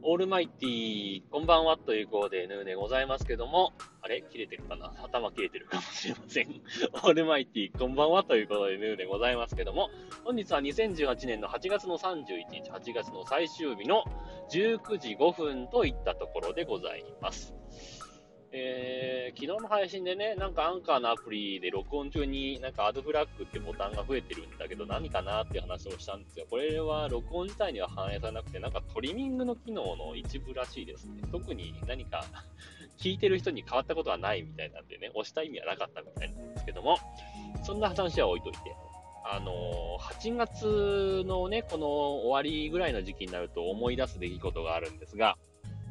オールマイティー、こんばんはということで、ヌーでございますけども、あれ切れてるかな頭切れてるかもしれません。オールマイティー、こんばんはということで、ヌーでございますけども、本日は2018年の8月の31日、8月の最終日の19時5分といったところでございます。昨日の配信でね、なんかアンカーのアプリで録音中になんかアドフラッグってボタンが増えてるんだけど何かなっていう話をしたんですよ。これは録音自体には反映されなくて、なんかトリミングの機能の一部らしいですね。特に何か聞いてる人に変わったことはないみたいなんでね、押した意味はなかったみたいなんですけども、そんな話は置いといて。8月のね、この終わりぐらいの時期になると思い出す出来事があるんですが、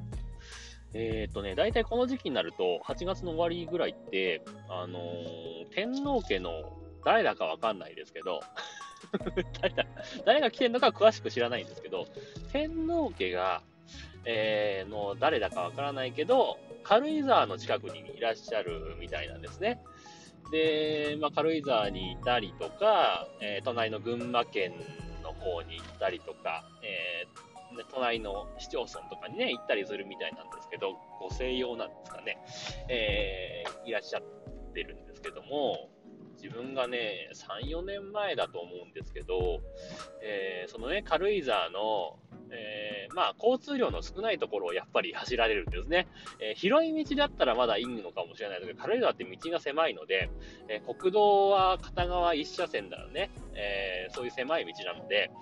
大体この時期になると、8月の終わりぐらいって、天皇家の誰だかわかんないですけど、誰が来てるのか詳しく知らないんですけど、天皇家が、の誰だかわからないけど、軽井沢の近くにいらっしゃるみたいなんですね。で、軽井沢にいたりとか、隣の群馬県の方に行ったりとか、隣の市町村とかにね、行ったりするみたいなんですけど、ご静養なんですかね、いらっしゃってるんですけども、自分がね、3、4年前だと思うんですけど、そのね、軽井沢の、交通量の少ないところをやっぱり走られるんですね。広い道だったらまだいいのかもしれないですけど、軽井沢って道が狭いので、国道は片側一車線だよね、そういう狭い道なので、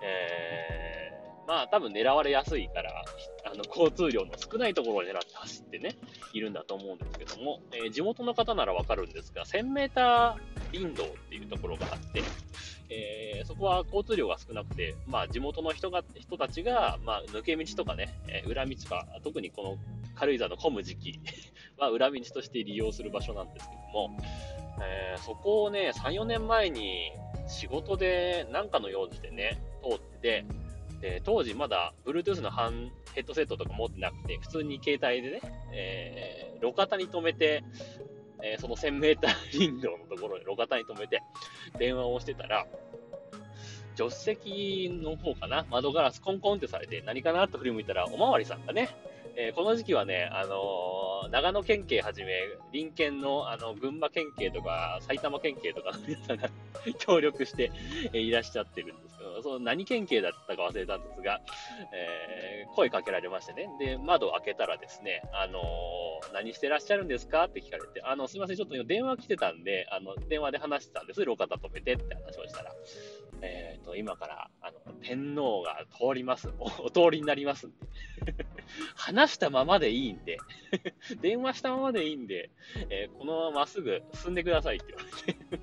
多分狙われやすいから、交通量の少ないところを狙って走ってね、いるんだと思うんですけども、地元の方ならわかるんですが、1000メーター林道っていうところがあって、そこは交通量が少なくて、地元の人たちが、抜け道とかね、裏道か、特にこの軽井沢の混む時期は裏道として利用する場所なんですけども、そこをね、3、4年前に仕事で何かの用事でね、通ってて、で当時まだ Bluetooth のヘッドセットとか持ってなくて、普通に携帯でね、路肩に止めて、その1000メーター林道のところで路肩に止めて電話をしてたら、助手席の方かな、窓ガラスコンコンってされて、何かなと振り向いたら、おまわりさんがね、この時期はね、長野県警はじめ、隣県の、群馬県警とか、埼玉県警とかの皆さんが協力して、いらっしゃってるんですけど、その何県警だったか忘れたんですが、声かけられましてね。で、窓を開けたらですね、何してらっしゃるんですかって聞かれて、すいません、ちょっと電話来てたんで、電話で話してたんです。路肩止めてって話をしたら、今から、天皇が通ります。お通りになりますんで。話したままでいいんで、電話したままでいいんで、このまままっすぐ進んでくださいって言われて、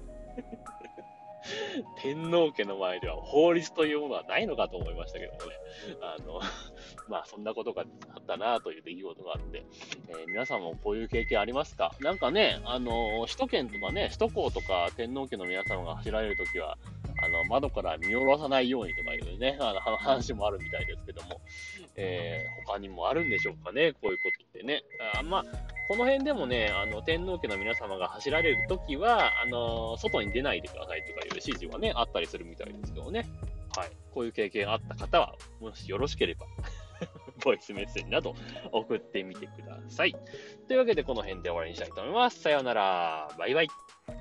天皇家の前では法律というものはないのかと思いましたけどもね。そんなことがあったなという出来事があって、皆さんもこういう経験ありますか？なんかね、首都圏とかね、首都高とか天皇家の皆様が走られるときは、窓から見下ろさないようにとかいうね、話もあるみたいですけども、他にもあるんでしょうかね、こういうことってね。この辺でもね、天皇家の皆様が走られるときは、外に出ないでくださいとかいう指示はね、あったりするみたいですけどね。はい。こういう経験あった方は、もしよろしければ、ボイスメッセージなど送ってみてください。というわけで、この辺で終わりにしたいと思います。さようなら。バイバイ。